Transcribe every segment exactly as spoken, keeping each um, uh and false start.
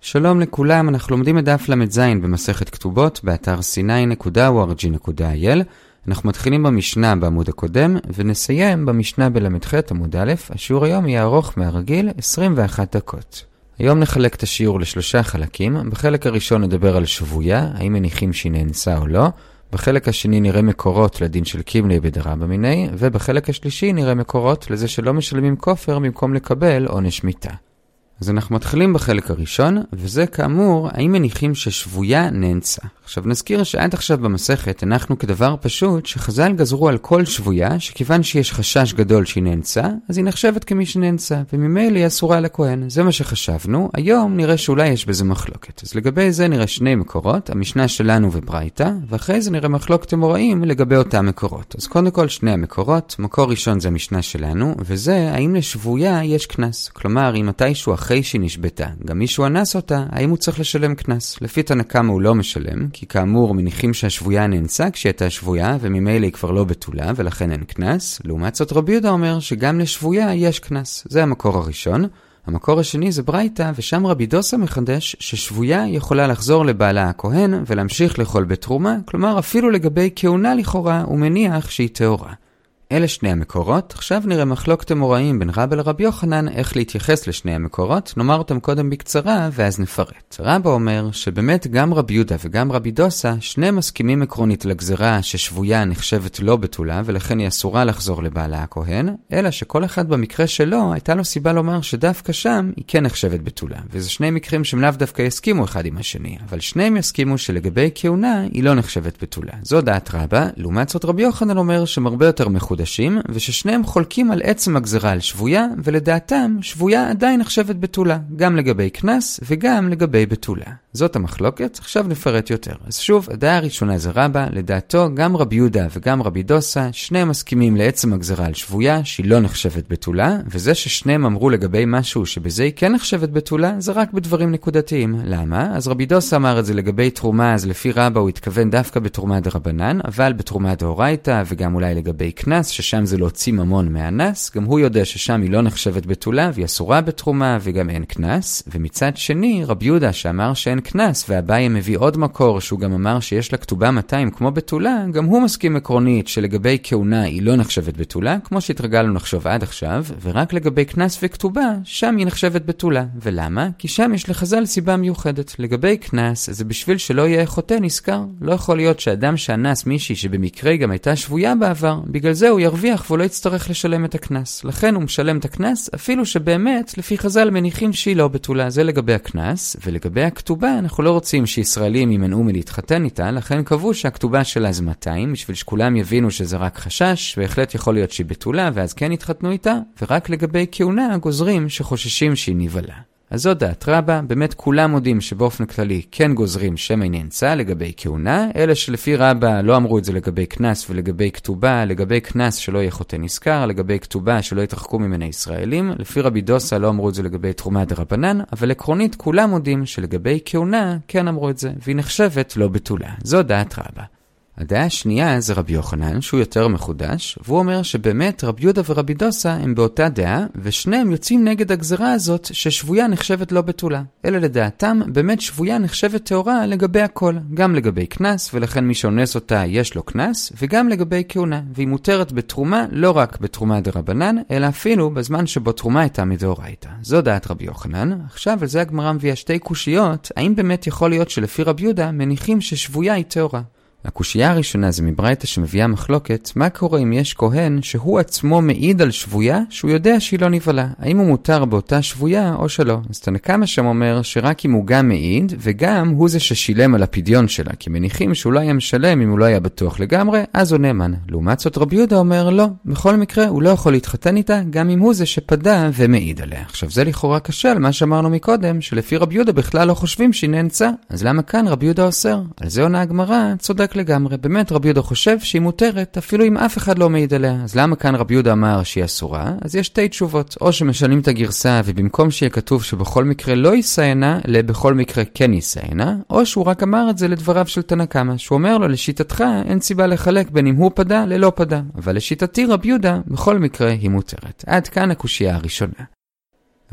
שלום לכולם, אנחנו לומדים את דף למד זין במסכת כתובות באתר סיני נקודה או אר ג'י נקודה איי אל. אנחנו מתחילים במשנה בעמוד הקודם ונסיים במשנה בלמד ח' עמוד א'. השיעור היום יהיה ארוך מהרגיל עשרים ואחת דקות. היום נחלק את השיעור לשלושה חלקים. בחלק הראשון נדבר על שבויה, האם מניחים שהיא נאנסה או לא. בחלק השני נראה מקורות לדין של קימלי בדרבא מיני, ובחלק השלישי נראה מקורות לזה שלא משלמים כופר במקום לקבל עונש מיתה. אז אנחנו מתחילים בחלק הראשון, וזה כאמור, האם מניחים ששבויה נאנסה. עכשיו נזכיר שעד עכשיו במסכת אנחנו כדבר פשוט שחז"ל גזרו על כל שבויה, שכיוון שיש חשש גדול שהיא נאנסה, אז היא נחשבת כמי שנאנסה, וממילא היא אסורה לכהן. זה מה שחשבנו. היום נראה שאולי יש בזה מחלוקת. אז לגבי זה נראה שני מקורות, המשנה שלנו וברייתא, ואחרי זה נראה מחלוקת אמוראים לגבי אותם מקורות. אז קודם כל שני המקורות, מקור ראשון זה המשנה שלנו, וזה האם לשבויה יש קנס. כלומר, אם מתישהו אחרי שהיא נשבתה, גם מישהו אנס אותה, האם הוא צריך לשלם קנס? לפי תנא קמא הוא לא משלם, כי כאמור מניחים שהשבויה נאנסה כשהיא הייתה שבויה, וממילא היא כבר לא בתולה, ולכן אין קנס. לעומת זאת רבי יהודה אומר שגם לשבויה יש קנס. זה המקור הראשון. המקור השני זה ברייתא, ושם רבי דוסה מחדש ששבויה יכולה לחזור לבעלה הכהן, ולהמשיך לאכול בתרומה, כלומר אפילו לגבי כהונה לכאורה, הוא מניח שהיא טהורה. אלה שני המקורות. עכשיו נראה מחלוקת אמוראים בין רבא לרבי יוחנן איך להתייחס לשני המקורות. נאמר אותם קודם בקצרה ואז נפרט. רבא אומר שבאמת גם רבי יהודה וגם רבי דוסה שני מסכימים עקרונית לגזרה ששבויה נחשבת לא בתולה ולכן היא אסורה לחזור לבעלה הכהן, אלא שכל אחד במקרה שלו הייתה לו סיבה לומר שדווקא שם היא כן נחשבת בתולה. וזה שני מקרים שהם לאו דווקא יסכימו אחד עם השני, אבל שניהם יסכימו שלגבי כהונה היא לא נחשבת בתולה. זו דעת רבא. לעומת זאת רבי יוחנן אומר שמרבה יותר מחודשים, וששניהם חולקים על עצם הגזרה על שבויה, ולדעתם שבויה עדיין נחשבת בתולה, גם לגבי קנס וגם לגבי בתולה. זאת המחלוקת. עכשיו נפרט יותר. אז שוב, הדעה הראשונה זה רבא. לדעתו גם רבי יהודה וגם רבי דוסה שניהם מסכימים לעצם הגזרה על שבויה שהיא לא נחשבת בתולה, וזה ששניהם אמרו לגבי משהו שבזה היא כן נחשבת בתולה זה רק בדברים נקודתיים. למה? אז רבי דוסה אמר את זה לגבי תרומה, אז לפי רבא הוא התכוון דווקא בתרומה דרבנן, אבל בתרומה דאורייתא וגם אולי לגבי קנס ששם זה להוציא ממון מהנס, גם הוא יודע ששם היא לא נחשבת בתולה והיא אסורה בתרומה וגם אין קנס. ומצד שני רבי יהודה שאמר שאין קנס, והבאי מביא עוד מקור שהוא גם אמר שיש לה כתובה מאתיים כמו בתולה, גם הוא מסכים עקרונית שלגבי כהונה היא לא נחשבת בתולה, כמו שהתרגלנו לחשוב עד עכשיו, ורק לגבי קנס וכתובה, שם היא נחשבת בתולה. ולמה? כי שם יש לחז"ל סיבה מיוחדת. לגבי קנס, זה בשביל שלא יהיה חוטא נזכר. לא יכול להיות שאדם שאנס מישהי שבמקרה גם הייתה שבויה בעבר, בגלל זה הוא ירוויח ולא יצטרך לשלם את הקנס. לכן הוא משלם את הקנס, אפילו שבאמת לפי חז"ל מניחים שהיא לא בתולה. זה לגבי הקנס, ולגבי הכתובה אנחנו לא רוצים שישראלים יימנעו מלהתחתן איתה, לכן קבעו שהכתובה שלה זה מאתיים, בשביל שכולם יבינו שזה רק חשש, בהחלט יכול להיות שהיא בתולה, ואז כן יתחתנו איתה, ורק לגבי כהונה גוזרים שחוששים שהיא נבלה. אז זו דעת רבא. באמת כולם מודים שבאופן כללי כן גוזרים שמא היא נאנסה לגבי כהונה, אלה שלפי רבא לא אמרו את זה לגבי קנס ולגבי כתובה. לגבי קנס שלא יהיה חוטא נזכר, לגבי כתובה שלא יתרחקו ממנה ישראלים. לפי רבי דוסה לא אמרו את זה לגבי תרומה דרבנן, אבל עקרונית כולם מודים שלגבי כהונה כן אמרו את זה, והיא נחשבת לא בתולה. זו דעת רבא. הדעה השנייה זה רבי יוחנן, שהוא יותר מחודש, והוא אומר שבאמת רבי יהודה ורבי דוסה הם באותה דעה, ושניהם יוצאים נגד הגזרה הזאת ששבויה נחשבת לא בתולה. אלא לדעתם, באמת שבויה נחשבת טהורה לגבי הכל, גם לגבי קנס, ולכן מי שאונס אותה יש לו קנס, וגם לגבי כהונה, והיא מותרת בתרומה, לא רק בתרומה דרבנן, אלא אפילו בזמן שבו תרומה הייתה מדאורייתא. זו דעת רבי יוחנן. עכשיו על זה הגמרא מביאה שתי קושיות, האם באמת יכול להיות שלפי רבי יהודה מניחים ששבויה היא טהורה? הקושייה הראשונה זה מברייתא שמביאה מחלוקת, מה קורה אם יש כהן שהוא עצמו מעיד על שבויה שהוא יודע שהיא לא נבלה? האם הוא מותר באותה שבויה או שלא? אז תנא קמא שם אומר שרק אם הוא גם מעיד וגם הוא זה ששילם על הפדיון שלה, כי מניחים שהוא לא היה משלם אם הוא לא היה בטוח לגמרי, אז הוא נאמן. לעומת זאת רבי יהודה אומר לא, בכל מקרה הוא לא יכול להתחתן איתה גם אם הוא זה שפדה ומעיד עליה. עכשיו זה לכאורה קשה על מה שאמרנו מקודם, שלפי רבי יהודה בכלל לא חושבים שהיא נאנסה, אז למה כאן רבי יהודה אוסר? על זה עונה הגמרא, צודק לגמרי. באמת רבי יהודה חושב שהיא מותרת אפילו אם אף אחד לא מעיד עליה. אז למה כאן רבי יהודה אמר שהיא אסורה? אז יש שתי תשובות. או שמשנים את הגרסה ובמקום שיהיה כתוב שבכל מקרה לא יסיינה, לבכל מקרה כן יסיינה, או שהוא רק אמר את זה לדבריו של תנא קמא, שהוא אומר לו לשיטתך אין סיבה לחלק בין אם הוא פדה ללא פדה, אבל לשיטתי רבי יהודה בכל מקרה היא מותרת. עד כאן הקושייה הראשונה.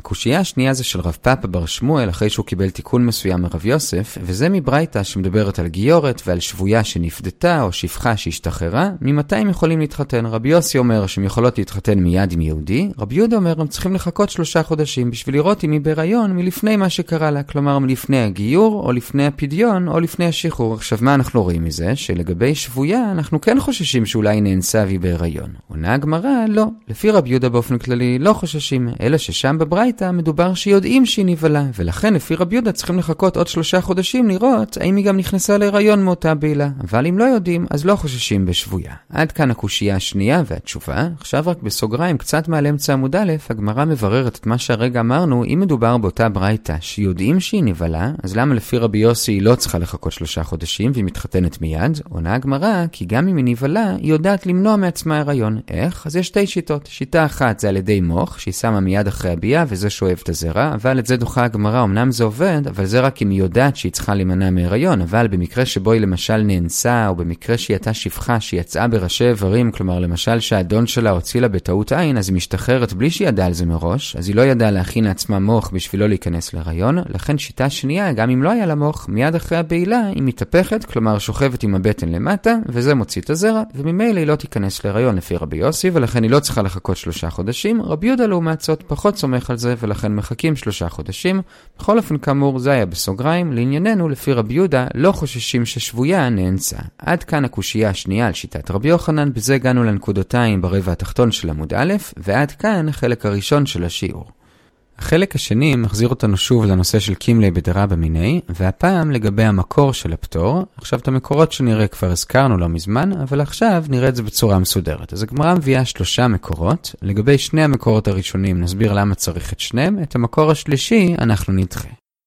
הקושייה השנייה זה של רב פאפה בר שמואל, אחרי שהוא קיבל תיקון מסוים מרב יוסף, וזה מברייתא שמדברת על גיורת ועל שבויה שנפדתה או שפחה שהשתחררה, ממתי הם יכולים להתחתן. רבי יוסי אומר שהם יכולות להתחתן מיד עם יהודי, רבי יהודה אומר הם צריכים לחכות שלושה חודשים בשביל לראות אם היא בהיריון מלפני מה שקרה לה, כלומר מלפני הגיור או לפני הפדיון או לפני השחרור. עכשיו מה אנחנו רואים מזה? שלגבי שבויה אנחנו כן חוששים שאולי נאנסה והיא בהיריון. עונה הגמרא, לא. לפי רבי יהודה באופן כללי לא חוששים, אלא ששם בברייתא מדובר שיודעים שהיא נבלה, ולכן לפי רבי יהודה צריכים לחכות עוד שלושה חודשים לראות האם היא גם נכנסה להיריון מאותה בעילה. אבל אם לא יודעים, אז לא חוששים בשבויה. עד כאן הקושייה השנייה והתשובה. עכשיו רק בסוגריים, קצת מעל אמצע עמוד א', הגמרא מבררת את מה שהרגע אמרנו. אם מדובר באותה ברייתא שיודעים שהיא נבלה, אז למה לפי רבי יוסי היא לא צריכה לחכות שלושה חודשים והיא מתחתנת מיד? עונה הגמרא, כי גם אם היא נבלה, היא יודעת למנוע מעצמה הריון. איך? אז יש שתי שיטות. שיטה אחת זה על ידי מוח, שהיא שמה מיד אחרי הביאה, וזה שואב את הזרע, אבל את זה דוחה הגמרא. אמנם זה עובד, אבל זה רק אם היא יודעת שהיא צריכה להימנע מהריון. אבל במקרה שבו היא למשל נאנסה, או במקרה שהיא הייתה שפחה שיצאה בראשי איברים, כלומר למשל שהאדון שלה הוציא לה בטעות עין, אז היא משתחררת בלי שהיא ידעה על זה מראש, אז היא לא ידעה להכין לעצמה מוח בשביל לא להיכנס להיריון. לכן שיטה שנייה, גם אם לא היה לה מוח, מיד אחרי הבעילה היא מתהפכת, כלומר שוכבת עם הבטן למטה, וזה מוציא את הזרע, וממילא היא לא תיכנס להיריון לפי רבי יוסי, ולכן היא לא צריכה לחכות שלושה חודשים. רבי יהודה לעומת זאת פחות סומך על זה, ולכן מחכים שלושה חודשים. בכל אופן כאמור זה היה בסוגריים. לענייננו לפי רבי יהודה לא חוששים ששבויה נאנסה. עד כאן הקושייה השנייה על שיטת רבי יוחנן, בזה הגענו לנקודותיים ברבע התחתון של עמוד א', ועד כאן החלק הראשון של השיעור. החלק השני מחזיר אותנו שוב לנושא של קימלי בדרבא מיני, והפעם לגבי המקור של הפטור. עכשיו את המקורות שנראה כבר הזכרנו לא מזמן, אבל עכשיו נראה את זה בצורה מסודרת. אז הגמרא מביאה שלושה מקורות. לגבי שני המקורות הראשונים נסביר למה צריך את שניהם, את המקור השלישי אנחנו נדחה.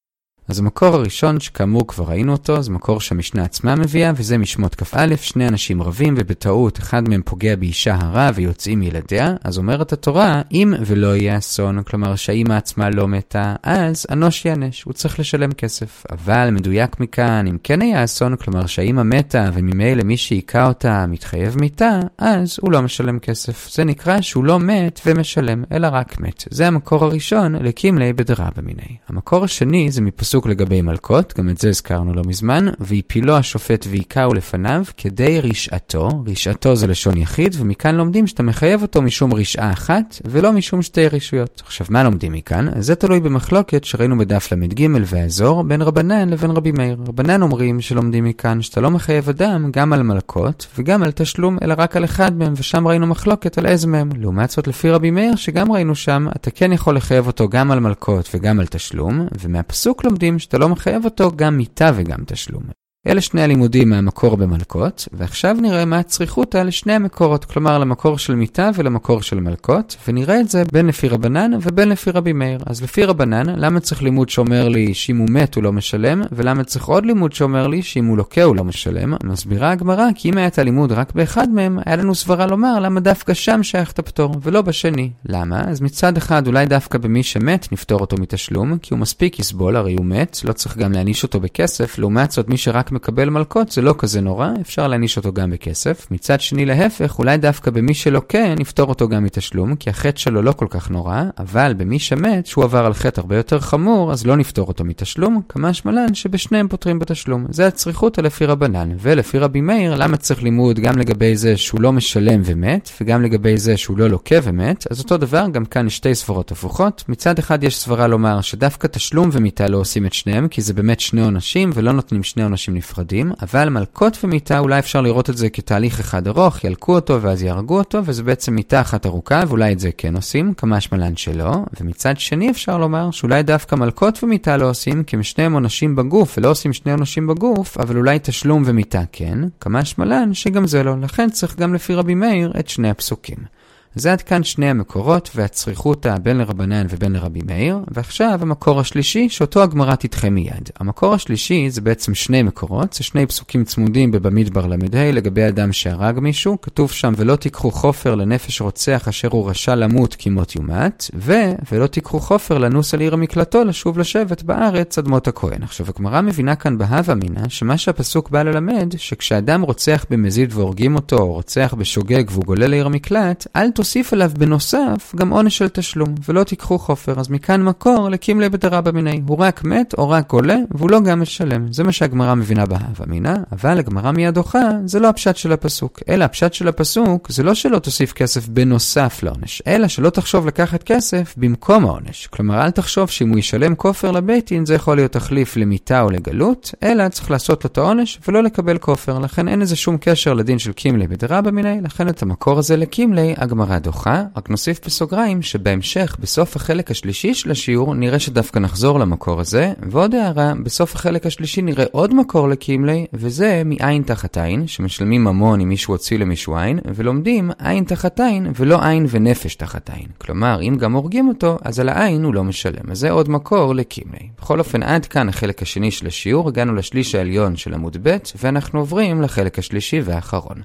אז המקור הראשון שכאמור כבר ראינו אותו, זה מקור שהמשנה עצמה מביאה, וזה משמות כ"א, שני אנשים רבים ובטעות אחד מהם פוגע באישה הרה ויוצאים ילדיה. אז אומרת התורה, אם ולא יהיה אסון, כלומר שהאימא עצמה לא מתה, אז אנוש יענש, הוא צריך לשלם כסף. אבל מדויק מכאן, אם כן היה אסון, כלומר שהאימא מתה וממילא מי שהיכה אותה מתחייב מיתה, אז הוא לא משלם כסף. זה נקרא שהוא לא מת ומשלם, אלא רק מת. זה המקור הראשון לקימלי בדרבא מיני. המקור השני זה מפסוק לגבי מלכות, גם את זה הזכרנו לא מזמן, והפילו השופט ויקעו לפניו כדי רשעתו. רשעתו זה לשון יחיד, ומכאן לומדים שאתה מחייב אותו משום רשעה אחת ולא משום שתי רשויות. עכשיו מה לומדים מכאן? אז זה תלוי במחלוקת שראינו בדף למד ג' והאזור בין רבנן לבין רבי מאיר. רבנן אומרים שלומדים מכאן שאתה לא מחייב אדם גם על מלכות וגם על תשלום, אלא רק על אחד מהם, ושם ראינו מחלוקת על איזה מהם. לעומת זאת לפי רבי מאיר שגם ראינו שם, אתה כן יכול לחייב אותו גם על מלכות וגם על תשלום, ומהפסוק לומדים שאתה לא מחייב אותו גם מיתה וגם תשלום. אלה שני הלימודים מהמקור במלכות, ועכשיו נראה מה הצריכות על שני המקורות, כלומר למקור של מיתה ולמקור של מלכות, ונראה את זה בין לפי רבנן ובין לפי רבי מאיר. אז לפי רבנן, למה צריך לימוד שאומר לי שאם הוא מת הוא לא משלם, ולמה צריך עוד לימוד שאומר לי שאם הוא לוקה הוא לא משלם? מסבירה הגמרא, כי אם היה את הלימוד רק באחד מהם, היה לנו סברה לומר למה דווקא שם שייך את הפטור, ולא בשני. למה? אז מצד אחד אולי דווקא במי שמת נפטור אותו מתשלום, כי הוא מספיק יסבול, הרי הוא מת, לא צריך גם להניש אותו בכסף. לעומת זאת מי שרק מקבל מלכות זה לא כזה נורא, אפשר להניש אותו גם בכסף. מצד שני להפך, אולי דווקא במי שלוקה נפטור אותו גם מתשלום, כי החטא שלו לא כל כך נורא, אבל במי שמת שהוא עבר על חטא הרבה יותר חמור, אז לא נפטור אותו מתשלום, כמה שמלן שבשניהם פותרים בתשלום. זה הצריכות לפי רבנן. ולפי רבי מאיר, למה צריך לימוד גם לגבי זה שהוא לא משלם ומת, וגם לגבי זה שהוא לא לוקה ומת? אז אותו דבר, גם כאן יש שתי סברות הפוכות. מצד אחד יש סברה לומר שדווקא תשלום ומיתה לא עושים את שניהם, כי זה באמת שני עונשים ולא נותנים שני עונשים נפרדים, אבל מלכות ומיתה אולי אפשר לראות את זה כתהליך אחד ארוך, ילקו אותו ואז יהרגו אותו, וזה בעצם מיתה אחת ארוכה, ואולי את זה כן עושים, כמה שמלן שלא. ומצד שני אפשר לומר שאולי דווקא מלכות ומיתה לא עושים, כי הם שניהם עונשים בגוף, ולא עושים שני עונשים בגוף, אבל אולי תשלום ומיתה כן, כמה שמלן שגם זה לא. לכן צריך גם לפי רבי מאיר את שני הפסוקים. זה עד כאן שני המקורות והצריכות בין לרבנן ובין לרבי מאיר. ועכשיו המקור השלישי שאותו הגמרא תדחה מיד. המקור השלישי זה בעצם שני מקורות, זה שני פסוקים צמודים בבמדבר למד לגבי אדם שהרג מישהו. כתוב שם ולא תיקחו חופר לנפש רוצח אשר הוא רשע למות כי מות יומת, ו ולא תיקחו חופר לנוס על עיר המקלטו לשוב לשבת בארץ עד מות הכהן. עכשיו הגמרא מבינה כאן בהווה מינה שמה שהפסוק בא ללמד שכשאדם רוצח במזיד והורגים אותו או רוצח בשוגג והוא גולל לעיר המקלט, אל תוסיף עליו בנוסף גם עונש של תשלום, ולא תיקחו חופר. אז מכאן מקור לקימלי בדרבא מיניה. הוא רק מת או רק עולה, והוא לא גם משלם. זה מה שהגמרא מבינה בהווה אמינא, אבל הגמרא מיד דוחה, זה לא הפשט של הפסוק. אלא הפשט של הפסוק, זה לא שלא תוסיף כסף בנוסף לעונש, אלא שלא תחשוב לקחת כסף במקום העונש. כלומר, אל תחשוב שאם הוא ישלם כופר לבית דין, זה יכול להיות תחליף למיתה או לגלות, אלא צריך לעשות לו את העונש ולא לקבל כופר. לכן אין איזה שום קשר לדין של קימלי בדרבא מיניה, לכן את המקור הזה לקימלי הגמרא דוחה. רק נוסיף בסוגריים שבהמשך, בסוף החלק השלישי של השיעור, נראה שדווקא נחזור למקור הזה, ועוד הערה, בסוף החלק השלישי נראה עוד מקור לקימלי, וזה מעין תחת עין, שמשלמים ממון אם מישהו הוציא למישהו עין, ולומדים עין תחת עין ולא עין ונפש תחת עין. כלומר, אם גם הורגים אותו, אז על העין הוא לא משלם. אז זה עוד מקור לקימלי. בכל אופן, עד כאן החלק השני של השיעור, הגענו לשליש העליון של עמוד ב', ואנחנו עוברים לחלק השלישי והאחרון.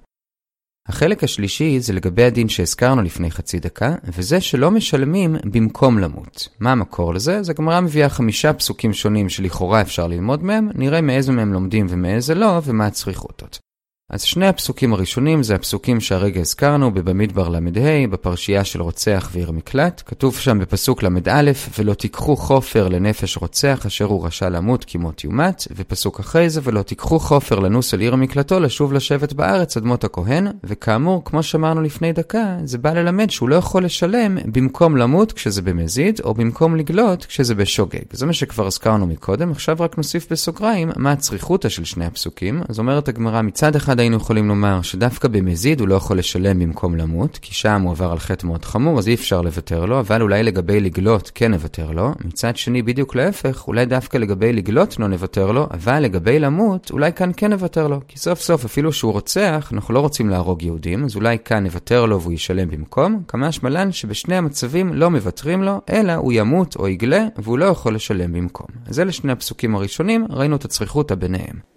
החלק השלישי זה לגבי הדין שהזכרנו לפני חצי דקה, וזה שלא משלמים במקום למות. מה המקור לזה? זה גמרא מביאה חמישה פסוקים שונים שלכאורה אפשר ללמוד מהם, נראה מאיזה מהם לומדים ומאיזה לא, ומה הצריכות. אז שני הפסוקים הראשונים זה הפסוקים שהרגע הזכרנו בבמדבר למד-ה' בפרשייה של רוצח ועיר מקלט. כתוב שם בפסוק למד א', ולא תיקחו חופר לנפש רוצח אשר הוא רשע למות כמות יומת, ופסוק אחרי זה ולא תיקחו חופר לנוס על עיר מקלטו לשוב לשבת בארץ עד מות הכהן. וכאמור, כמו שאמרנו לפני דקה, זה בא ללמד שהוא לא יכול לשלם במקום למות כשזה במזיד, או במקום לגלות כשזה בשוגג. זה מה שכבר הזכרנו מקודם. עכשיו רק נוסיף בסוגריים מה הצריכותה של שני הפסוקים. אז אומרת הגמרא, מצד אחד היינו יכולים לומר שדווקא במזיד הוא לא יכול לשלם במקום למות, כי שם הוא עבר על חטא מאוד חמור, אז אי אפשר לוותר לו, אבל אולי לגבי לגלות כן נוותר לו. מצד שני, בדיוק להפך, אולי דווקא לגבי לגלות לא נוותר לו, אבל לגבי למות, אולי כאן כן נוותר לו. כי סוף סוף, אפילו שהוא רוצח, אנחנו לא רוצים להרוג יהודים, אז אולי כאן נוותר לו והוא ישלם במקום. כמה שמלן שבשני המצבים לא מבטרים לו, אלא הוא ימות או יגלה, והוא לא יכול לשלם במקום. אז אלה שני הפסוקים הראשונים, ראינו את הצריכות ביניהם.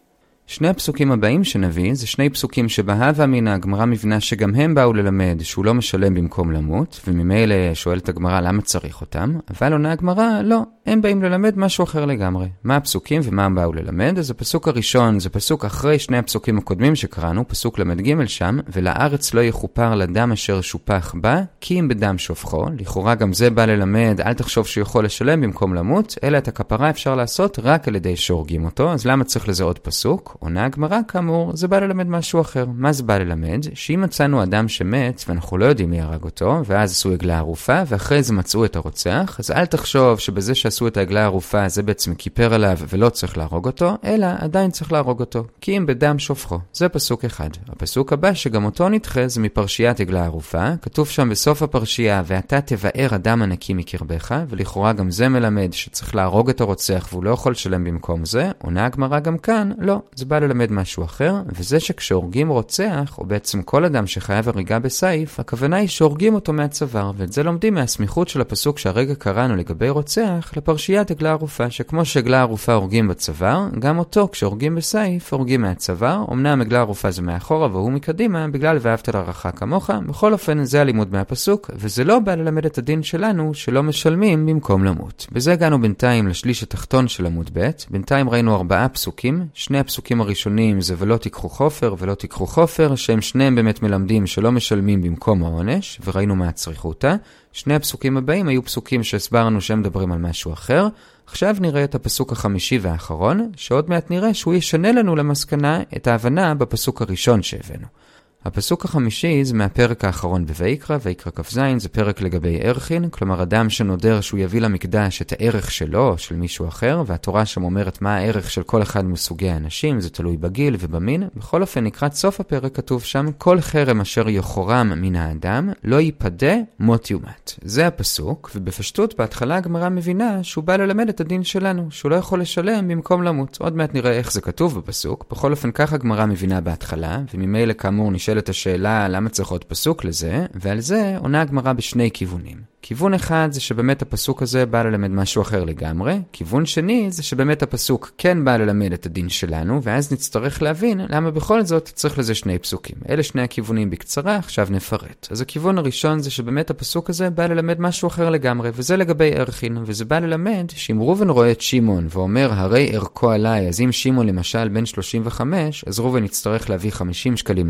שני הפסוקים הבאים שנביא זה שני פסוקים שבהווה אמינא הגמרא מבנה שגם הם באו ללמד שהוא לא משלם במקום למות, וממילא שואלת הגמרא למה צריך אותם, אבל עונה הגמרא לא, הם באים ללמד משהו אחר לגמרי. מה הפסוקים ומה הם באו ללמד? אז הפסוק הראשון זה פסוק אחרי שני הפסוקים הקודמים שקראנו, פסוק למד ג' שם, ולארץ לא יחופר לדם אשר שופח בה, כי אם בדם שופחו. לכאורה גם זה בא ללמד, אל תחשוב שהוא יכול לשלם במקום למות, אלא את הכפרה אפשר לעשות רק על ידי שהורגים אותו, אז למה צריך לזה עוד פסוק? עונה הגמרא כאמור, זה בא ללמד משהו אחר. מה זה בא ללמד? שאם מצאנו אדם שמת ואנחנו לא יודעים מי הרג אותו, ואז עשו עגלה ערופה, ואחרי זה מצאו את הרוצח, אז אל תחשוב שבזה שעשו את העגלה הערופה זה בעצם כיפר עליו ולא צריך להרוג אותו, אלא עדיין צריך להרוג אותו, כי אם בדם שופחו. זה פסוק אחד. הפסוק הבא שגם אותו נדחה זה מפרשיית עגלה ערופה. כתוב שם בסוף הפרשייה, ואתה תבאר אדם הנקי מקרבך, ולכאורה גם זה מלמד שצריך להרוג את הרוצח והוא לא יכול לשלם במקום זה. עונה הגמרא גם כאן, לא, זה בא ללמד משהו אחר, וזה שכשהורגים רוצח, או בעצם כל אדם שחייב הריגה בסייף, הכוונה היא שהורגים אותו מהצוואר, ואת זה לומדים מהסמיכות של הפסוק שהרגע קראנו לגבי רוצח, לפרשיית עגלה ערופה, שכמו שעגלה ערופה הורגים בצוואר, גם אותו כשהורגים בסייף, הורגים מהצוואר. אמנם עגלה ערופה זה מאחורה והוא מקדימה, בגלל ואהבת לרעך כמוך. בכל אופן זה הלימוד מהפסוק, וזה לא בא ללמד את הדין שלנו שלא משלמים במקום למות. בזה הגענו בינתיים לשליש התחתון של עמוד ב'. בינתיים ראינו ארבעה פסוקים. שני הפסוקים הראשונים זה ולא תיקחו חופר ולא תיקחו חופר, שהם שניהם באמת מלמדים שלא משלמים במקום העונש, וראינו מה הצריכותה. שני הפסוקים הבאים היו פסוקים שהסברנו שהם מדברים על משהו אחר. עכשיו נראה את הפסוק החמישי והאחרון, שעוד מעט נראה שהוא ישנה לנו למסקנה את ההבנה בפסוק הראשון שהבאנו. הפסוק החמישי זה מהפרק האחרון בויקרא, ויקרא כ"ז, זה פרק לגבי ערכין, כלומר אדם שנודר שהוא יביא למקדש את הערך שלו או של מישהו אחר, והתורה שם אומרת מה הערך של כל אחד מסוגי האנשים, זה תלוי בגיל ובמין. בכל אופן לקראת סוף הפרק כתוב שם, כל חרם אשר יחורם מן האדם לא ייפדה מות יומת. זה הפסוק, ובפשטות בהתחלה הגמרא מבינה שהוא בא ללמד את הדין שלנו, שהוא לא יכול לשלם במקום למות. עוד מעט נראה איך זה כתוב בפסוק. בכל אופן ככה הגמרא מבינה בהתחלה, וממילא כאמור נשאל את השאלה למה צריך עוד פסוק לזה, ועל זה עונה הגמרא בשני כיוונים. כיוון אחד זה שבאמת הפסוק הזה בא ללמד משהו אחר לגמרי. כיוון שני זה שבאמת הפסוק כן בא ללמד את הדין שלנו, ואז נצטרך להבין למה בכל זאת צריך לזה שני פסוקים. אלה שני הכיוונים בקצרה, עכשיו נפרט. אז הכיוון הראשון זה שבאמת הפסוק הזה בא ללמד משהו אחר לגמרי, וזה לגבי ערכין, וזה בא ללמד שאם ראובן רואה את שמעון ואומר הרי ערכו עליי, אז אם שמעון למשל בן שלושים וחמש, אז ראובן יצטרך להביא חמישים שקלים למקדש,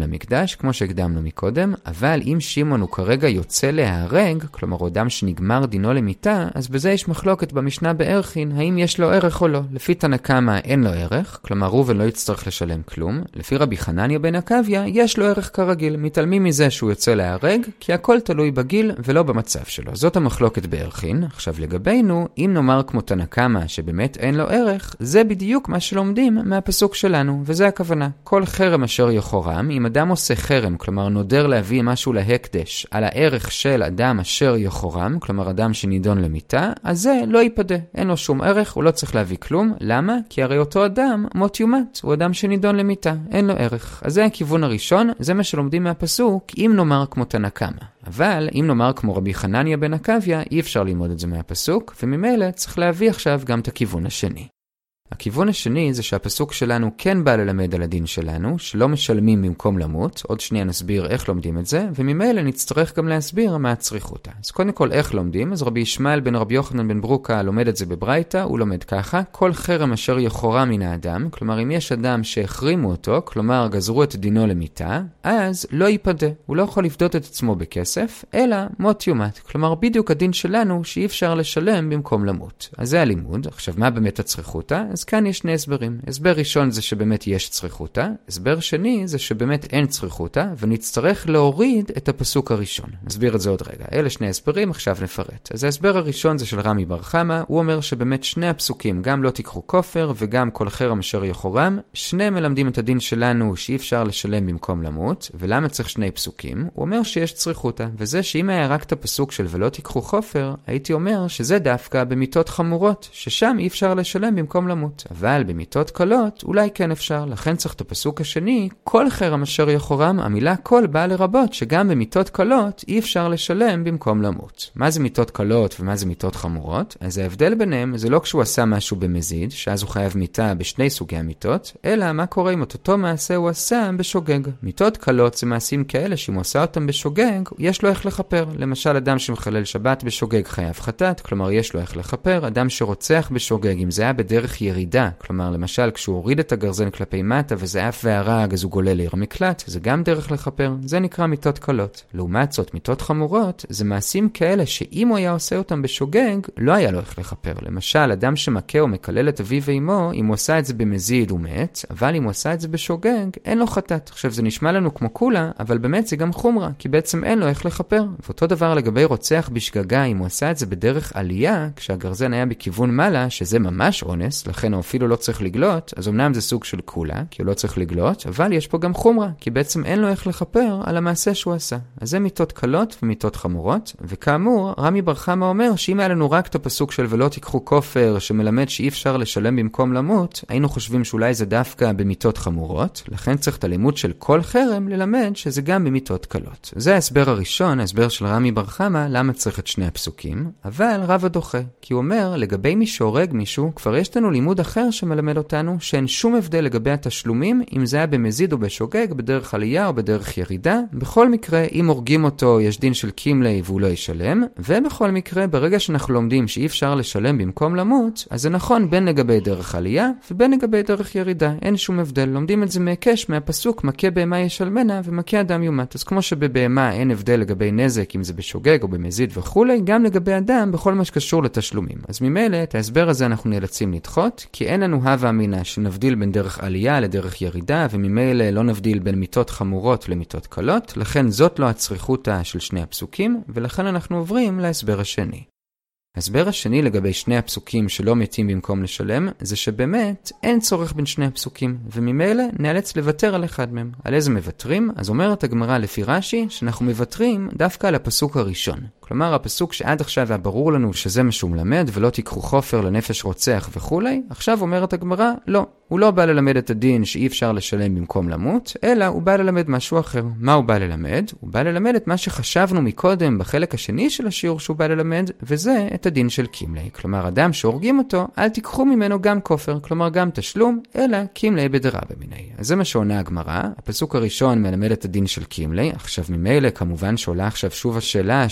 מחדש, כמו שהקדמנו מקודם, אבל אם שמעון הוא כרגע יוצא להיהרג, כלומר הוא אדם שנגמר דינו למיתה, אז בזה יש מחלוקת במשנה בערכין, האם יש לו ערך או לא. לפי תנא קמא אין לו ערך, כלומר ראובן לא יצטרך לשלם כלום. לפי רבי חנניה בן עקביא יש לו ערך כרגיל, מתעלמים מזה שהוא יוצא להיהרג, כי הכל תלוי בגיל ולא במצב שלו. זאת המחלוקת בערכין. עכשיו לגבינו, אם נאמר כמו תנא קמא שבאמת אין לו ערך, זה בדיוק מה שלומדים מהפסוק שלנו, וזה הכוונה. כל חרם אשר יחורם, אם אדם עושה חרם, כלומר נודר להביא משהו להקדש, על הערך של אדם אשר יחורם, כלומר אדם שנידון למיתה, אז זה לא ייפדה. אין לו שום ערך, הוא לא צריך להביא כלום. למה? כי הרי אותו אדם מות יומת, הוא אדם שנידון למיתה, אין לו ערך. אז זה הכיוון הראשון, זה מה שלומדים מהפסוק, אם נאמר כמו תנא קמא. אבל אם נאמר כמו רבי חנניה בן עקביא, אי אפשר ללמוד את זה מהפסוק, וממילא צריך להביא עכשיו גם את הכיוון השני. הכיוון השני זה שהפסוק שלנו כן בא ללמד על הדין שלנו, שלא משלמים במקום למות. עוד שנייה נסביר איך לומדים את זה, וממילא נצטרך גם להסביר מה הצריכות. אז קודם כל איך לומדים? אז רבי ישמעאל בן רבי יוחנן בן ברוקה לומד את זה בברייתא, הוא לומד ככה: כל חרם אשר יחורם מן האדם, כלומר אם יש אדם שהחרימו אותו, כלומר גזרו את דינו למיתה, אז לא ייפדה, הוא לא יכול לפדות את עצמו בכסף, אלא מות יומת, כלומר בדיוק הדין שלנו שאי אפשר לשלם במקום למות. אז זה הלימוד. עכשיו מה באמת הצריכותה? אז כאן יש שני הסברים. הסבר ראשון זה שבאמת יש צריכותה, הסבר שני זה שבאמת אין צריכותה, ונצטרך להוריד את הפסוק הראשון. נסביר את זה עוד רגע. אלה שני הסברים, עכשיו נפרט. אז ההסבר הראשון זה של רמי בר חמא, הוא אומר שבאמת שני הפסוקים, גם לא תיקחו כופר וגם כל חרם אשר יחורם, שני מלמדים את הדין שלנו שאי אפשר לשלם במקום למות. ולמה צריך שני פסוקים? הוא אומר שיש צריכותה, וזה שאם היה רק את הפסוק של ולא תיקחו כופר, הייתי אומר שזה דווקא במיתות חמורות, ששם אי אפשר לשלם במקום למות. אבל במיתות קלות אולי כן אפשר, לכן צריך את הפסוק השני, כל חרם אשר יחורם. המילה כל באה לרבות שגם במיתות קלות אי אפשר לשלם במקום למות. מה זה מיתות קלות ומה זה מיתות חמורות? אז ההבדל ביניהם זה לא כשהוא עשה משהו במזיד, שאז הוא חייב מיתה בשני סוגי המיתות, אלא מה קורה אם אותו מעשה הוא עשה בשוגג. מיתות קלות זה מעשים כאלה שאם הוא עשה אותם בשוגג, יש לו איך לכפר. למשל אדם שמחלל שבת בשוגג חייב חטאת, כלומר יש לו איך לכפר. אדם שרוצח בשוגג, אם זה היה בדרך ירידה, כלומר למשל כשהוא הוריד את הגרזן כלפי מטה וזה אף והרג אז הוא גולל לעיר מקלט, זה גם דרך לכפר, זה נקרא מיתות קלות. לעומת זאת מיתות חמורות זה מעשים כאלה שאם הוא היה עושה אותם בשוגג לא היה לו איך לכפר. למשל אדם שמכה או מקלל את אביו ואמו, אם הוא עשה את זה במזיד הוא מת, אבל אם הוא עשה את זה בשוגג אין לו חטאת. עכשיו זה נשמע לנו כמו כולה, אבל באמת זה גם חומרה, כי בעצם אין לו איך לכפר. ואותו דבר לגבי רוצח בשגגה, אם הוא עשה את זה בדרך עלייה כשהגרזן היה בכיוון מעלה, שזה ממש אונס, לכן הוא אפילו לא צריך לגלות, אז אמנם זה סוג של כולה, כי הוא לא צריך לגלות, אבל יש פה גם חומרה, כי בעצם אין לו איך לכפר על המעשה שהוא עשה. אז זה מיתות קלות ומיתות חמורות, וכאמור, רמי בר חמא אומר שאם היה לנו רק את הפסוק של ולא תיקחו כופר, שמלמד שאי אפשר לשלם במקום למות, היינו חושבים שאולי זה דווקא במיתות חמורות, לכן צריך את הלימוד של כל חרם ללמד שזה גם במיתות קלות. זה ההסבר הראשון, ההסבר של רמי בר חמא, למה צריך את שני הפסוקים, אבל רב הדוחה, כי הוא אומר, לגבי מי שהורג מישהו, כבר יש לנו לימוד אחר שמלמד אותנו שאין שום הבדל לגבי התשלומים, אם זה היה במזיד או בשוגג, בדרך עלייה או בדרך ירידה. בכל מקרה, אם הורגים אותו, יש דין של קימלי והוא לא ישלם, ובכל מקרה, ברגע שאנחנו לומדים שאי אפשר לשלם במקום למות, אז זה נכון בין לגבי דרך עלייה ובין לגבי דרך ירידה. אין שום הבדל. לומדים את זה מהקש, מהפסוק, מכה בהמה ישלמנה ומכה אדם יומת. אז כמו שבבהמה אין הבדל לגבי נזק, אם זה בשוגג או במזיד וכו', גם לגבי אדם בכל מה שקשור לתשלומים. אז ממילא, את ההסבר הזה אנחנו נאלצים לדחות, כי אין לנו הווה אמינה שנבדיל בין דרך עלייה לדרך ירידה, וממילא לא נבדיל בין מיתות חמורות למיתות קלות, לכן זאת לא הצריכותה של שני הפסוקים, ולכן אנחנו עוברים להסבר השני. ההסבר השני לגבי שני הפסוקים שלא מתים במקום לשלם, זה שבאמת אין צורך בין שני הפסוקים, וממילא נאלץ לוותר על אחד מהם. על איזה מבטרים? אז אומרת הגמרא לפי רש"י, שאנחנו מבטרים דווקא על הפסוק הראשון. כלומר, הפסוק שעד עכשיו היה ברור לנו שזה מה שהוא מלמד, ולא תיקחו חופר לנפש רוצח וכו', עכשיו אומרת הגמרא, לא. הוא לא בא ללמד את הדין שאי אפשר לשלם במקום למות, אלא הוא בא ללמד משהו אחר. מה הוא בא ללמד? הוא בא ללמד את מה שחשבנו מקודם בחלק השני של השיעור שהוא בא ללמד, וזה את הדין של קימלי. כלומר, אדם שהורגים אותו, אל תיקחו ממנו גם כופר, כלומר גם תשלום, אלא קימלי בדרה במיני. אז זה מה שעונה הגמרא. הפסוק הראשון מלמד את הדין של קימלי. עכשיו ממילא, כמובן שעולה עכשיו שוב השאלה שעסקנו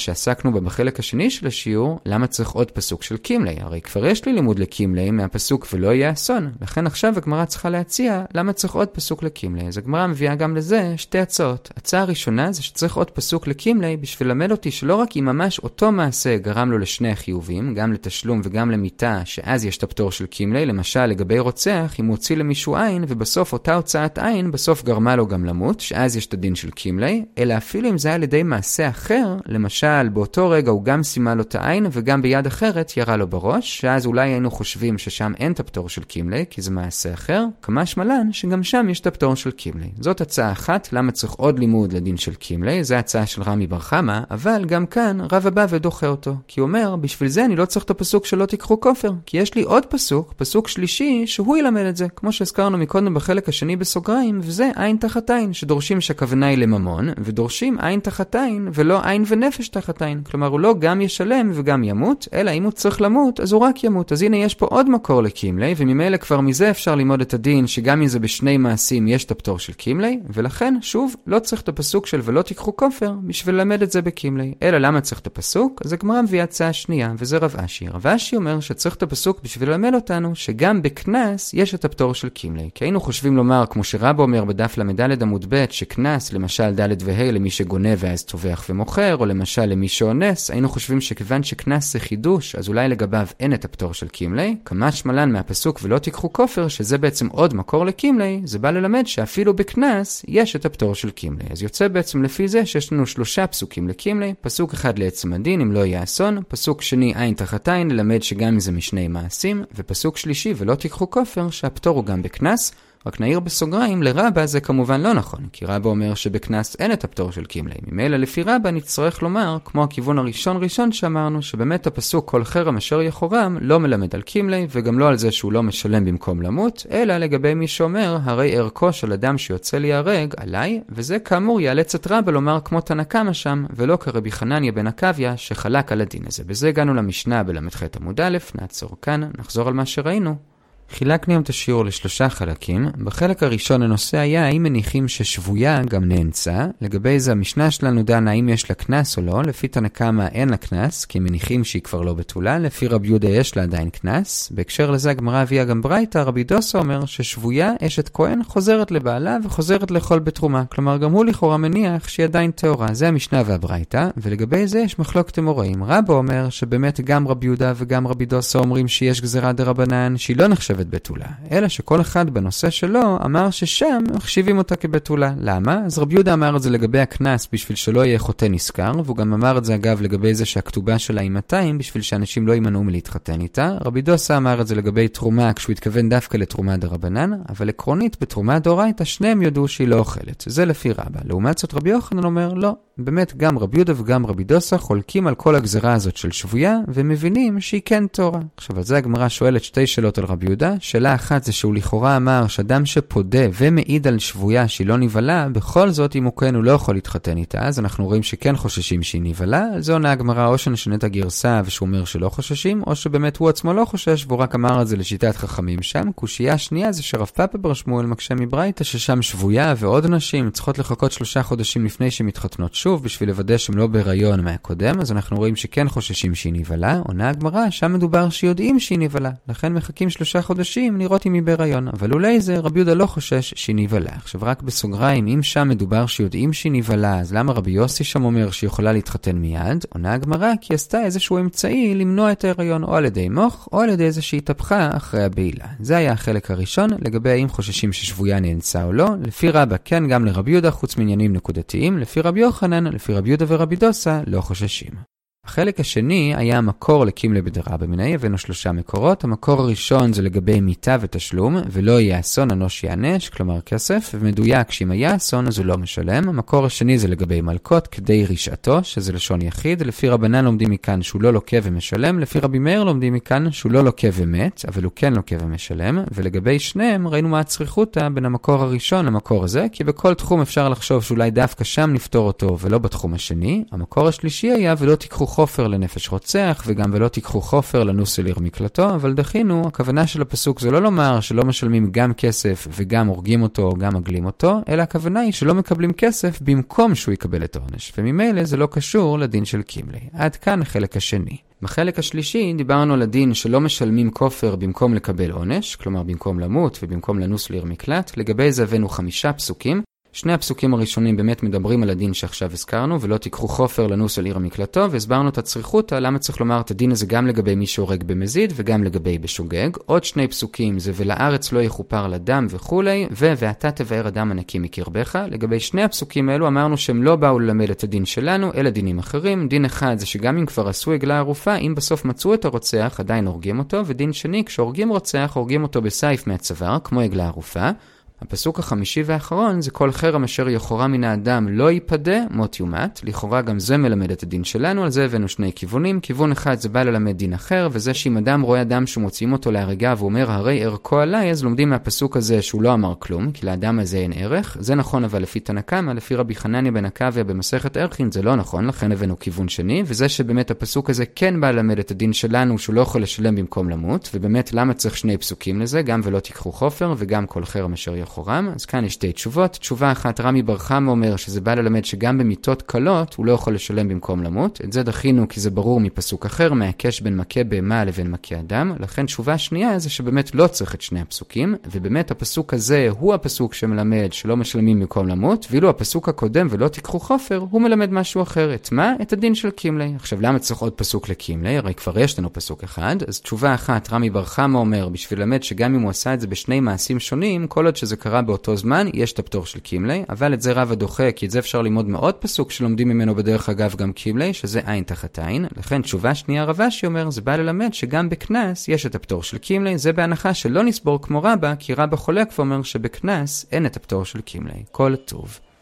שעסקנו בה בחלק השני של השיעור, למה צריך עוד פסוק של קימלי? הרי כבר יש לי לימוד לקימלי מהפסוק ולא יהיה אסון. לכן עכשיו הגמרא צריכה להציע למה צריך עוד פסוק לקימלי. אז הגמרא מביאה גם לזה שתי הצעות. הצעה הראשונה זה שצריך עוד פסוק לקימלי בשביל למד אותי שלא רק אם ממש אותו מעשה גרם לו לשני החיובים, גם לתשלום וגם למיתה, שאז יש את הפטור של קימלי, למשל לגבי רוצח, אם הוא הוציא למישהו עין ובסוף אותה הוצאת עין בסוף גרמה לו גם למות, שאז יש את הדין של קימלי, אלא אפילו אם זה היה לידי מעשה אחר, למשל באותו רגע הוא גם שימה לו את העין וגם ביד אחרת ירה לו בראש, שאז אולי היינו חושבים ששם אין את הפטור של קימלי, כי זה מעשה אחר, כמש מלן שגם שם יש את הפטור של קימלי. זאת הצעה אחת, למה צריך עוד לימוד לדין של קימלי, זה הצעה של רמי בר חמא, אבל גם כאן רב הבא ודוחה אותו, כי הוא אומר, בשביל זה אני לא צריך את הפסוק שלא תיקחו כופר, כי יש לי עוד פסוק, פסוק שלישי, שהוא ילמד את זה, כמו שהזכרנו מקודם בחלק השני בסוגריים, וזה עין תחת עין, שדורשים שהכוונה היא לממון, ודורשים עין תחת עין, ולא עין ונפש תחת עין. כלומר, הוא לא גם ישלם וגם ימות, אלא אם הוא צריך למות, אז הוא רק ימות. אז הנה יש פה עוד מקור לקימלי, וממילא כבר מזה אפשר ללמוד את הדין, שגם אם זה בשני מעשים יש את הפטור של קימלי, ולכן, שוב, לא צריך את הפסוק של ולא תיקחו כופר, בשביל ללמד את זה בקימלי. אלא למה צריך את הפסוק? אז הגמרא מביאה הצעה שנייה, וזה רב אשי. רב אשי אומר שצריך את הפסוק בשביל ללמד אותנו, שגם בקנס יש את הפטור של קימלי. כי היינו חושבים לומר, כמו שרב אומר בדף למדלת עמוד ב', שקנס, למשל ד' וה' למי שגונב ואז תובח ומוכר, או למשל למי שאונס, היינו חושבים שכיוון שקנס זה חידוש, אז אולי לגביו אין את הפטור של קימלי. כמש מלן מהפסוק ולא תיקחו כופר, שזה בעצם עוד מקור לקימלי, זה בא ללמד שאפילו בקנס יש את הפטור של קימלי. אז יוצא בעצם לפי זה שיש לנו שלושה פסוקים לקימלי, פסוק אחד לעצם הדין, אם לא יהיה אסון, פסוק שני עין תחת עין, ללמד שגם זה משני מעשים, ופסוק שלישי ולא תיקחו כופר, שהפטור הוא גם בקנס. רק נעיר בסוגריים, לרבא זה כמובן לא נכון, כי רבא אומר שבקנס אין את הפטור של קימלי. ממילא לפי רבא נצטרך לומר, כמו הכיוון הראשון ראשון שאמרנו, שבאמת הפסוק כל חרם אשר יחורם לא מלמד על קימלי, וגם לא על זה שהוא לא משלם במקום למות, אלא לגבי מי שאומר, הרי ערכו של אדם שיוצא להיהרג עליי, וזה כאמור יאלץ את רבא לומר כמו תנא קמא שם, ולא כרבי חנניה בן עקביה שחלק על הדין הזה. בזה הגענו למשנה בל"ח עמוד א', נעצור כאן, נחזור על מה שראינו. חילקנו את השיעור לשלושה חלקים. בחלק הראשון הנושא היה האם מניחים ששבויה גם נאנסה. לגבי זה המשנה שלנו דנה האם יש לה קנס או לא. לפי תנא קמא אין לה קנס, כי מניחים שהיא כבר לא בתולה. לפי רבי יהודה יש לה עדיין קנס. בהקשר לזה הגמרא הביאה גם ברייתא, רבי דוסא אומר ששבויה אשת כהן חוזרת לבעלה וחוזרת לאכול בתרומה. כלומר גם הוא לכאורה מניח שהיא עדיין טהורה. זה המשנה והברייתא, ולגבי זה יש מחלוקת אמוראים. רבא אומר שבאמת גם רבי יהודה וגם רבי דוסא אומרים שיש גזירה דרבנן שהיא לא נחשבת בתולה, אלא שכל אחד בנושא שלו אמר ששם מחשיבים אותה כבתולה. למה? אז רבי יהודה אמר את זה לגבי הקנס בשביל שלא יהיה חוטא נזכר, והוא גם אמר את זה אגב לגבי זה שהכתובה שלה היא מאתיים בשביל שאנשים לא יימנעו מלהתחתן איתה. רבי דוסא אמר את זה לגבי תרומה כשהוא התכוון דווקא לתרומה דרבנן, אבל עקרונית בתרומה דאורייתא שניהם יודעו שהיא לא אוכלת. זה לפי רבא. לעומת זאת רבי יוחנן אומר לא. באמת גם רבי יהודה וגם רבי דוסא חולקים על כל הגזרה הזאת של שבויה ומבינים שהיא כן תורה. עכשיו על זה הגמרא שואלת שתי שאלות על רבי יהודה. שאלה אחת זה שהוא לכאורה אמר שאדם שפודה ומעיד על שבויה שהיא לא נבלה, בכל זאת אם הוא כן הוא לא יכול להתחתן איתה, אז אנחנו רואים שכן חוששים שהיא נבלה. על זה עונה הגמרא או שנשנה את הגרסה ושהוא אומר שלא חוששים, או שבאמת הוא עצמו לא חושש והוא רק אמר את זה לשיטת חכמים שם. קושייה שנייה זה שרב פאפא בר שמואל מקשה מברייתא ששם שבויה ועוד נשים צריכות לחכות שלושה חודשים לפני שמתחתנות שוב בשביל לוודא שהם לא בהיריון מהקודם, אז אנחנו רואים שכן חוששים שהיא נבלה. עונה הגמרא שם מדובר שיודעים שהיא נבלה, לכן מחכים שלושה חודשים לראות אם היא בהיריון, אבל אולי זה רבי יהודה לא חושש שהיא נבלה. עכשיו רק בסוגריים, אם שם מדובר שיודעים שהיא נבלה, אז למה רבי יוסי שם אומר שהיא יכולה להתחתן מיד? עונה הגמרא כי עשתה איזשהו אמצעי למנוע את ההיריון, או על ידי מוח או על ידי איזה שהיא התהפכה אחרי הבעילה. זה היה החלק הראשון לגבי האם חוששים ששבויה נאנסה או לא. לפי רבא כן גם לרבי יהודה חוץ מעניינים נקודתיים, לפי רבי יוחנן, לפי רבי יהודה ורבי דוסא לא חוששים. החלק השני היה המקור לקימלי בדרבא מיניה, הבאנו שלושה מקורות. המקור הראשון זה לגבי מיתה ותשלום, ולא יהיה אסון אנוש יענש, כלומר כסף, ומדויק שאם היה אסון אז הוא לא משלם. המקור השני זה לגבי מלכות, כדי רשעתו, שזה לשון יחיד. לפי רבנן לומדים מכאן שהוא לא לוקה ומשלם, לפי רבי מאיר לומדים מכאן שהוא לא לוקה ומת, אבל הוא כן לוקה ומשלם. ולגבי שניהם ראינו מה הצריכותה בין המקור הראשון למקור הזה, כי בכל תחום אפשר לחשוב שאולי דווקא שם נפתור אותו ולא בתחום השני. המקור השלישי היה ולא תיקחו חופר לנפש רוצח, וגם ולא תיקחו חופר לנוס אל עיר מקלטו, אבל דחינו, הכוונה של הפסוק זה לא לומר שלא משלמים גם כסף וגם הורגים אותו או גם מגלים אותו, אלא הכוונה היא שלא מקבלים כסף במקום שהוא יקבל את העונש, וממילא זה לא קשור לדין של קימלי. עד כאן החלק השני. בחלק השלישי דיברנו על הדין שלא משלמים כופר במקום לקבל עונש, כלומר במקום למות ובמקום לנוס לעיר מקלט. לגבי זה הבאנו חמישה פסוקים. שני הפסוקים הראשונים באמת מדברים על הדין שעכשיו הזכרנו, ולא תיקחו חופר לנוס על עיר המקלטו, והסברנו את הצריכות, למה צריך לומר את הדין הזה גם לגבי מי שהורג במזיד וגם לגבי בשוגג. עוד שני פסוקים זה ולארץ לא יכופר לדם וכולי, ואתה תבאר אדם הנקי מקרבך. לגבי שני הפסוקים האלו אמרנו שהם לא באו ללמד את הדין שלנו, אלא דינים אחרים. דין אחד זה שגם אם כבר עשו עגלה ערופה, אם בסוף מצאו את הרוצח עדיין הורגים אותו, ודין שני, כשהורגים רוצח הורגים אותו בסייף מהצוואר, כמו עגלה ערופה. הפסוק החמישי והאחרון זה כל חרם אשר יחורה מן האדם לא ייפדה, מות יומת. לכאורה גם זה מלמד את הדין שלנו, על זה הבאנו שני כיוונים. כיוון אחד זה בא ללמד דין אחר, וזה שאם אדם רואה אדם שמוצאים אותו להרגה ואומר הרי ערכו עליי, אז לומדים מהפסוק הזה שהוא לא אמר כלום, כי לאדם הזה אין ערך. זה נכון אבל לפי תנא קמא, לפי רבי חנניה בן עקביא במסכת ערכין זה לא נכון, לכן הבאנו כיוון שני, וזה שבאמת הפסוק הזה כן בא ללמד את הדין שלנו שהוא לא יכול לשלם במקום למות, ובאמת למה צריך שני פסוקים לזה, גם ולא תיקחו חופר וגם כל חרם אשר יחורם. אז כאן יש שתי תשובות. תשובה אחת, רמי בר חמא אומר שזה בא ללמד שגם במיתות קלות הוא לא יכול לשלם במקום למות. את זה דחינו כי זה ברור מפסוק אחר, מהקש בין מכה בהמה לבין מכה אדם. לכן תשובה שנייה זה שבאמת לא צריך את שני הפסוקים, ובאמת הפסוק הזה הוא הפסוק שמלמד שלא משלמים במקום למות, ואילו הפסוק הקודם ולא תיקחו חופר הוא מלמד משהו אחר. את מה? את הדין של קימלי. עכשיו למה צריך עוד פסוק לקימלי? הרי כבר יש לנו פסוק אחד. אז תשובה אחת, רמי בר חמא אומר בשביל ללמד שגם אם הוא עשה את זה בשני מעשים שונים, כל עוד שזה קרה באותו זמן, יש את הפטור של קימלי, אבל את זה רב הדוחה, כי את זה אפשר ללמוד מאוד פסוק שלומדים ממנו בדרך אגב גם קימלי, שזה עין תחת עין. לכן תשובה שנייה רבה שאומר, זה בא ללמד שגם בכנס יש את הפטור של קימלי, זה בהנחה שלא נסבור כמו רבא, כי רבא חולק ואומר שבכנס אין את הפטור של קימלי. כל טוב.